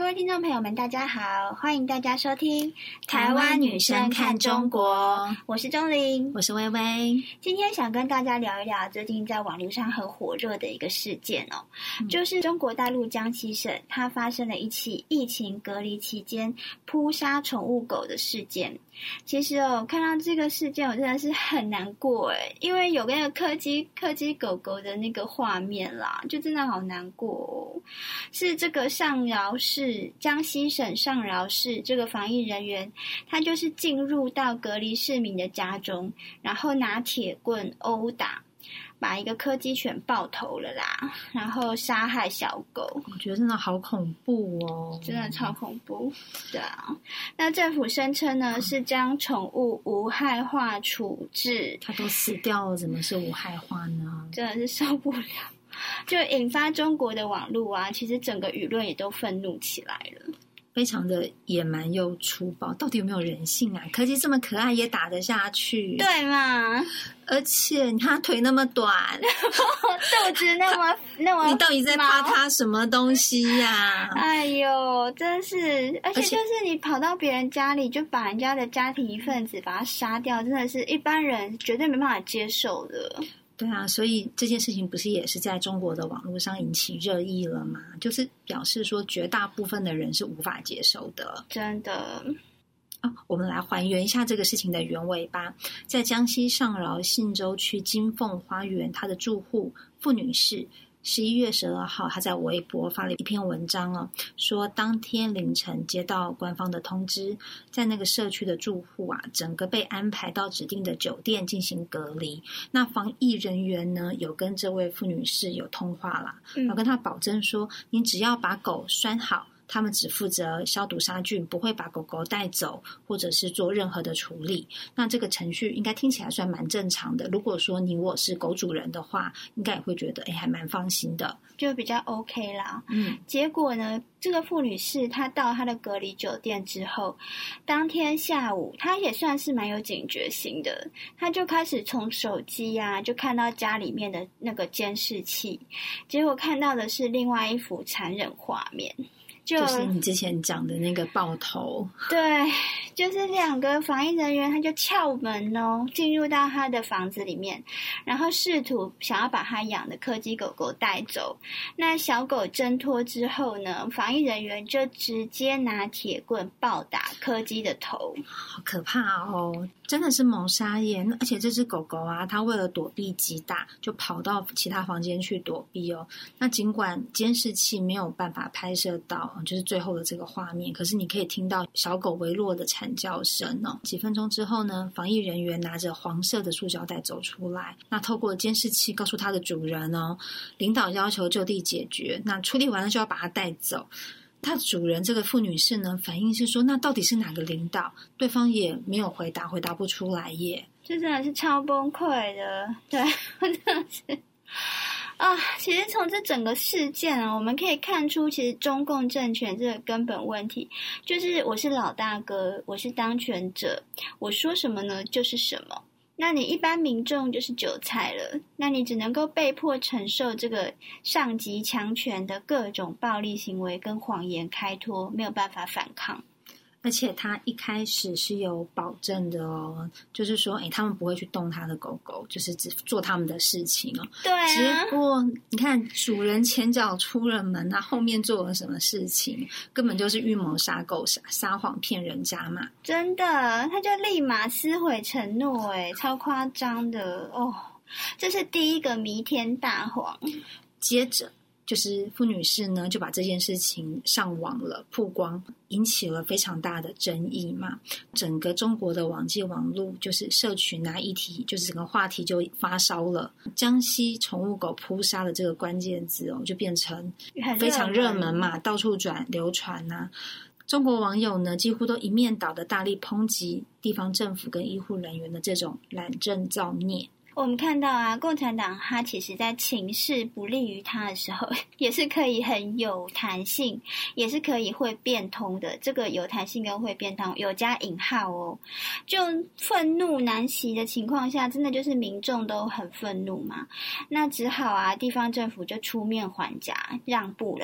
位听众朋友们大家好，欢迎大家收听台湾女生看中国，我是钟玲， 我是薇薇。 今天想跟大家聊一聊最近在网络上很火热的一个事件就是中国大陆江西省它发生了一起疫情隔离期间扑杀宠物狗的事件。其实看到这个事件我真的是很难过因为有那个柯基狗狗的那个画面啦，就真的好难过是这个江西省上饶市这个防疫人员，他就是进入到隔离市民的家中，然后拿铁棍殴打，把一个柯基犬爆头了啦，然后杀害小狗。 我觉得真的好恐怖哦， 真的超恐怖。对啊，那政府声称呢是将宠物无害化处置。 它都死掉了，怎么是无害化呢？ 真的是受不了，就引发中国的网络啊，其实整个舆论也都愤怒起来了。 非常的野蛮又粗暴，到底有没有人性啊？柯基这么可爱也打得下去？ 对嘛？ 而且你看它腿那么短， 肚子那么你到底在怕它什么东西呀？ 哎呦，真是！而且就是你跑到别人家里，就把人家的家庭一份子把它杀掉，真的是一般人绝对没办法接受的。 对啊，所以这件事情不是也是在中国的网络上引起热议了吗？就是表示说绝大部分的人是无法接受的。 真的。 我们来还原一下这个事情的原委吧。在江西上饶信州区金凤花园，它的住户傅女士11月12号，他在微博发了一篇文章说当天凌晨接到官方的通知，在那个社区的住户整个被安排到指定的酒店进行隔离。那防疫人员呢，有跟这位傅女士有通话啦，要跟她保证说，你只要把狗拴好，他们只负责消毒杀菌，不会把狗狗带走或者是做任何的处理。那这个程序应该听起来算蛮正常的，如果说你我是狗主人的话，应该也会觉得还蛮放心的， 就比较 OK 啦。结果呢，这个傅女士她到她的隔离酒店之后，当天下午她也算是蛮有警觉性的，她就开始从手机就看到家里面的那个监视器，结果看到的是另外一幅残忍画面， 就是你之前讲的那个爆头。 对，就是2个防疫人员他就撬门进入到他的房子里面，然后试图想要把他养的柯基狗狗带走。那小狗挣脱之后呢，防疫人员就直接拿铁棍暴打柯基的头。 好可怕哦，真的是谋杀耶。而且这只狗狗它为了躲避击打，就跑到其他房间去躲避那尽管监视器没有办法拍摄到就是最后的这个画面，可是你可以听到小狗微弱的惨叫声几分钟之后呢，防疫人员拿着黄色的塑胶袋走出来，那透过监视器告诉他的主人领导要求就地解决，那处理完了就要把它带走。他主人这个傅女士呢，反应是说那到底是哪个领导？对方也没有回答不出来耶。 这真的是超崩溃的。对，真的是其实从这整个事件我们可以看出，其实中共政权这个根本问题就是我是老大哥，我是当权者，我说什么呢就是什么。那你一般民众就是韭菜了，那你只能够被迫承受这个上级强权的各种暴力行为跟谎言开脱，没有办法反抗。 而且他一开始是有保证的就是说他们不会去动他的狗狗，就是只做他们的事情对结果你看主人前脚出了门后面做了什么事情，根本就是预谋杀狗，撒谎骗人家嘛。 真的，他就立马撕毁承诺超夸张的这是第一个弥天大谎。 接着就是傅女士呢就把这件事情上网了，曝光，引起了非常大的争议嘛。整个中国的网际网络就是社群议题，就是整个话题就发烧了。江西宠物狗扑杀的这个关键字就变成非常热门嘛，到处流传中国网友呢几乎都一面倒的大力抨击地方政府跟医护人员的这种懒政造孽。 我们看到共产党它其实在情势不利于它的时候，也是可以很有弹性，也是可以会变通的。这个有弹性跟会变通有加引号就愤怒难息的情况下，真的就是民众都很愤怒嘛，那只好地方政府就出面还价让步了啦。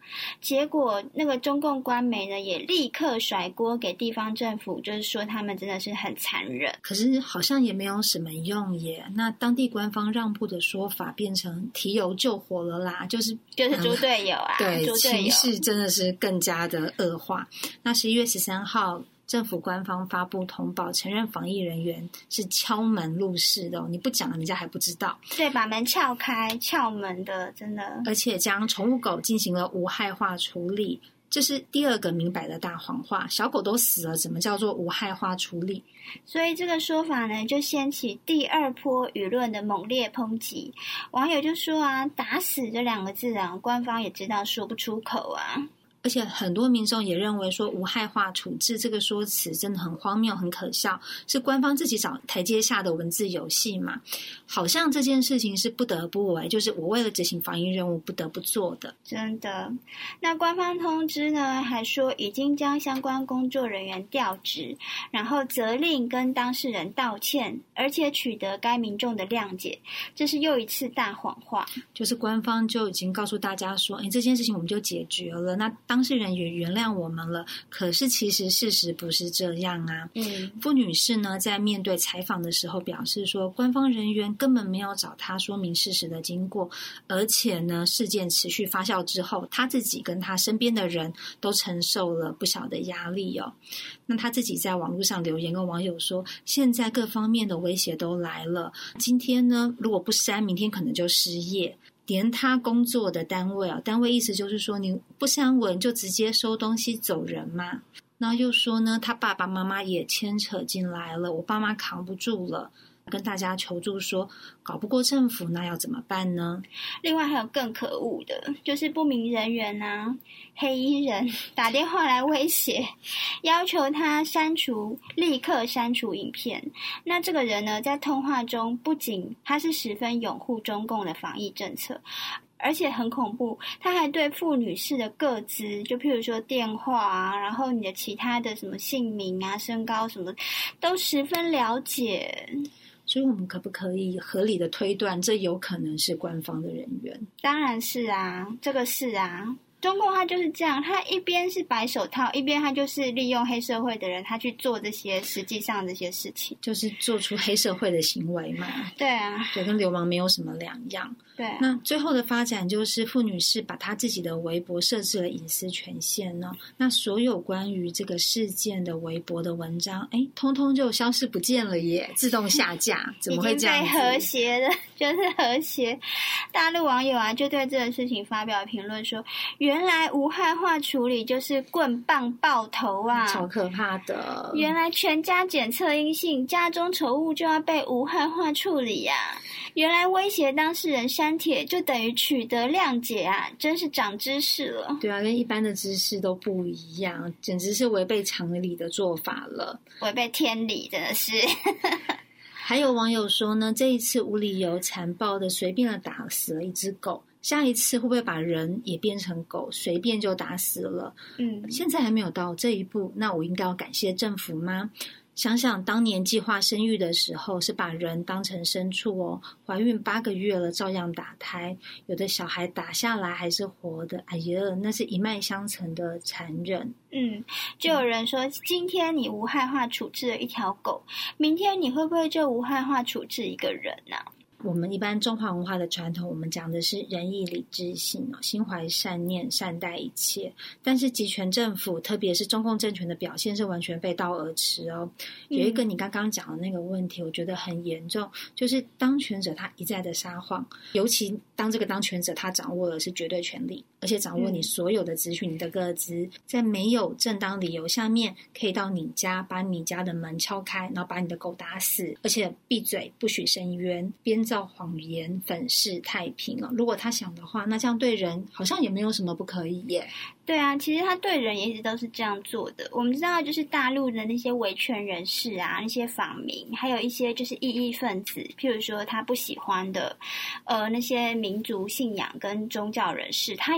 结果那个中共官媒呢也立刻甩锅给地方政府，就是说他们真的是很残忍。 可是好像也没有什么用耶。那当地官方让步的说法变成提油救火了啦，就是猪队友啊， 对，情势真的是更加的恶化。那11月13号政府官方发布通报，承认防疫人员是敲门入室的你不讲人家还不知道。 对，把门撬开，撬门的，真的。 而且将宠物狗进行了无害化处理，这是第二个明摆的大谎话。小狗都死了，怎么叫做无害化处理？ 所以这个说法呢，就掀起第二波舆论的猛烈抨击。网友就说啊，打死这2个字啊，官方也知道说不出口啊。 而且很多民众也认为说无害化处置这个说辞真的很荒谬很可笑，是官方自己找台阶下的文字游戏嘛，好像这件事情是不得不为，就是我为了执行防疫任务不得不做的。 真的。那官方通知呢还说已经将相关工作人员调职，然后责令跟当事人道歉，而且取得该民众的谅解。这是又一次大谎话， 就是官方就已经告诉大家说这件事情我们就解决了，那当事人也原谅我们了，可是其实事实不是这样啊。傅女士呢在面对采访的时候表示说，官方人员根本没有找她说明事实的经过，而且呢事件持续发酵之后，她自己跟她身边的人都承受了不小的压力哦。那她自己在网络上留言跟网友说，现在各方面的威胁都来了，今天呢如果不删，明天可能就失业。连他工作的单位单位意思就是说你不删文就直接收东西走人嘛。然后又说呢，他爸爸妈妈也牵扯进来了，我爸妈扛不住了，跟大家求助说搞不过政府那要怎么办呢？ 另外还有更可恶的，就是不明人员啊，黑衣人打电话来威胁，要求他立刻删除影片。那这个人呢，在通话中不仅他是十分拥护中共的防疫政策，而且很恐怖，他还对傅女士的个资，就譬如说电话啊，然后你的其他的什么姓名啊、身高什么都十分了解。 所以我们可不可以合理的推断，这有可能是官方的人员？ 当然是啊，这个是啊。中共他就是这样，他一边是白手套，一边他就是利用黑社会的人，他去做这些实际上这些事情， 就是做出黑社会的行为嘛。 对啊， 对，跟流氓没有什么两样。 对啊， 那最后的发展就是傅女士把她自己的微博设置了隐私权限呢，那所有关于这个事件的微博的文章，通通就消失不见了耶，自动下架。怎么会这样子？ 已经被和谐的，就是和谐。大陆网友啊，就对这个事情发表评论说，原来无害化处理就是棍棒爆头啊， 超可怕的。 原来全家检测阴性，家中宠物就要被无害化处理啊，原来威胁当事人删帖就等于取得谅解啊，真是长知识了。 对啊，跟一般的知识都不一样，简直是违背常理的做法了， 违背天理，真的是。 还有网友说呢，这一次无理由残暴的随便的打死了一只狗，下一次会不会把人也变成狗，随便就打死了？现在还没有到这一步，那我应该要感谢政府吗？想想当年计划生育的时候，是把人当成牲畜哦，怀孕8个月了照样打胎，有的小孩打下来还是活的，哎呀，那是一脉相承的残忍。 就有人说，今天你无害化处置了一条狗，明天你会不会就无害化处置一个人啊？ 我们一般中华文化的传统，我们讲的是仁义礼智信，心怀善念，善待一切。但是集权政府，特别是中共政权的表现是完全背道而驰哦。有一个你刚刚讲的那个问题，我觉得很严重，就是当权者他一再的撒谎，尤其当这个当权者他掌握的是绝对权力，而且掌握你所有的资讯，你的个资，在没有正当理由下面，可以到你家把你家的门敲开，然后把你的狗打死，而且闭嘴不许申冤，编造谎言，粉饰太平哦。如果他想的话，那这样对人好像也没有什么不可以耶。 对啊，其实他对人也一直都是这样做的。我们知道，就是大陆的那些维权人士啊，那些访民，还有一些就是异议分子，譬如说他不喜欢的那些民族信仰跟宗教人士，他也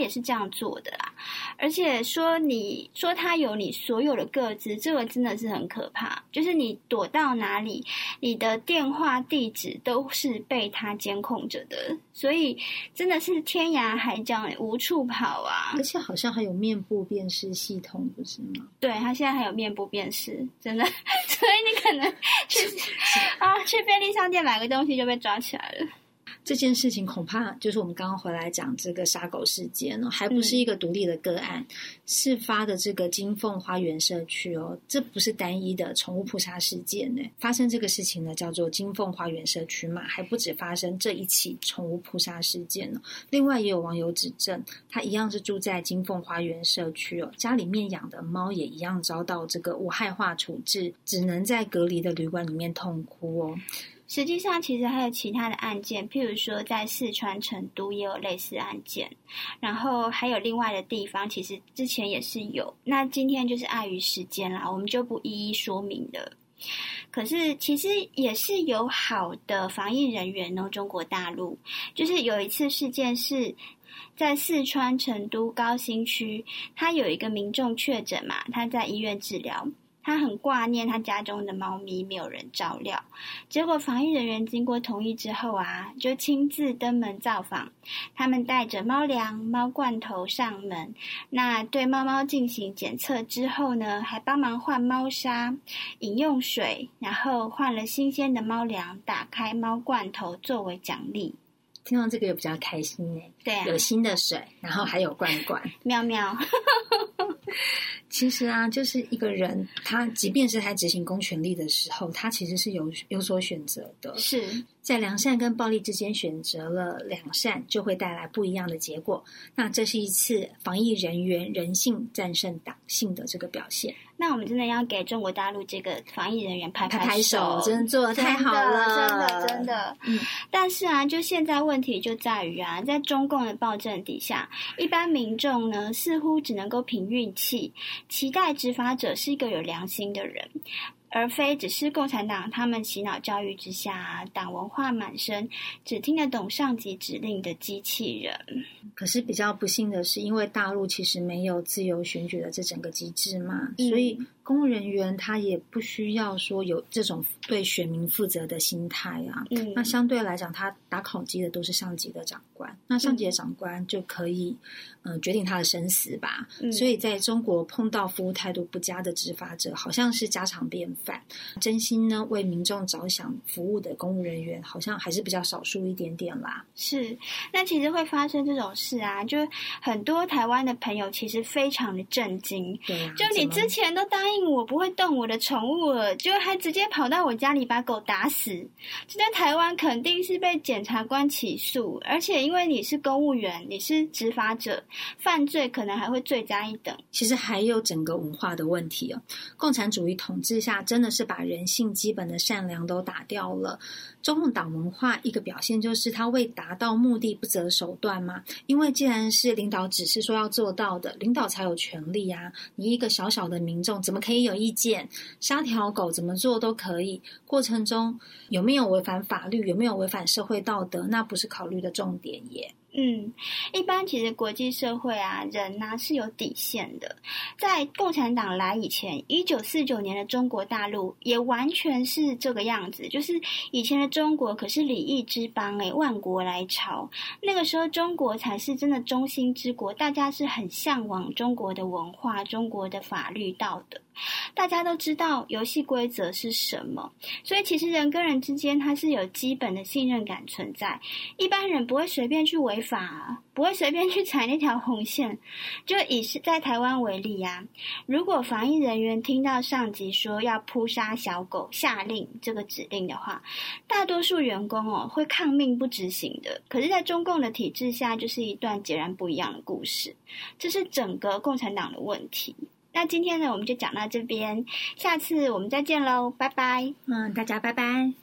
也是这样做的啦。而且说他有你所有的个资，这个真的是很可怕，就是你躲到哪里，你的电话地址都是被他监控着的，所以真的是天涯海角无处跑啊。 而且好像还有面部辨识系统，不是吗？ 对，他现在还有面部辨识，真的，所以你可能去便利商店买个东西就被抓起来了。 这件事情恐怕就是我们刚刚回来讲这个杀狗事件还不是一个独立的个案。事发的这个金凤花园社区这不是单一的宠物扑杀事件呢。发生这个事情呢叫做金凤花园社区嘛，还不止发生这一起宠物扑杀事件另外也有网友指证，他一样是住在金凤花园社区家里面养的猫也一样遭到这个无害化处置，只能在隔离的旅馆里面痛哭实际上其实还有其他的案件，譬如说在四川成都也有类似案件，然后还有另外的地方其实之前也是有，那今天就是碍于时间啦，我们就不一一说明了。可是其实也是有好的防疫人员中国大陆就是有一次事件是在四川成都高新区，他有一个民众确诊嘛，他在医院治疗，他很挂念他家中的猫咪，没有人照料。结果防疫人员经过同意之后就亲自登门造访，他们带着猫粮、猫罐头上门，那对猫猫进行检测之后呢，还帮忙换猫砂、饮用水，然后换了新鲜的猫粮，打开猫罐头作为奖励。 听到这个也比较开心对啊， 有新的水，然后还有罐罐， 喵喵。 其实就是一个人，他即便是在执行公权力的时候，他其实是有所选择的。 是在良善跟暴力之间选择了良善，就会带来不一样的结果。那这是一次防疫人员人性战胜党性的这个表现。 那我们真的要给中国大陆这个防疫人员拍拍手，真的做得太好了， 真的。但是就现在问题就在于在中共的暴政底下，一般民众呢似乎只能够凭运气，期待执法者是一个有良心的人，而非只是共产党他们洗脑教育之下党文化满身，只听得懂上级指令的机器人。 可是比较不幸的是，因为大陆其实没有自由选举的这整个机制嘛，所以公务人员他也不需要说有这种对选民负责的心态那相对来讲，他打考绩的都是上级的长官，那上级的长官就可以决定他的生死吧。所以在中国碰到服务态度不佳的执法者好像是家常便饭，真心呢为民众着想服务的公务人员好像还是比较少数一点点啦。 是，那其实会发生这种事就很多台湾的朋友其实非常的震惊。 对就你之前都答应我不会动我的宠物了，就还直接跑到我家里把狗打死，这在台湾肯定是被检察官起诉，而且因为你是公务员，你是执法者，犯罪可能还会罪加一等。 其实还有整个文化的问题共产主义统治下真的是把人性基本的善良都打掉了。中共党文化一个表现就是他为达到目的不择手段嘛，因为既然是领导指示说要做到的，领导才有权利你一个小小的民众怎么可以有意见？杀条狗怎么做都可以，过程中有没有违反法律，有没有违反社会道德，那不是考虑的重点耶。 一般其实国际社会人是有底线的。在共产党来以前，1949年的中国大陆也完全是这个样子，就是以前的中国可是礼义之邦万国来朝，那个时候中国才是真的中兴之国，大家是很向往中国的文化、中国的法律道德，大家都知道游戏规则是什么，所以其实人跟人之间它是有基本的信任感存在，一般人不会随便去违法，不会随便去踩那条红线。就以在台湾为例如果防疫人员听到上级说要扑杀小狗下令这个指令的话，大多数员工会抗命不执行的。可是在中共的体制下，就是一段截然不一样的故事，这是整个共产党的问题。那今天呢，我们就讲到这边，下次我们再见咯，拜拜。 大家拜拜。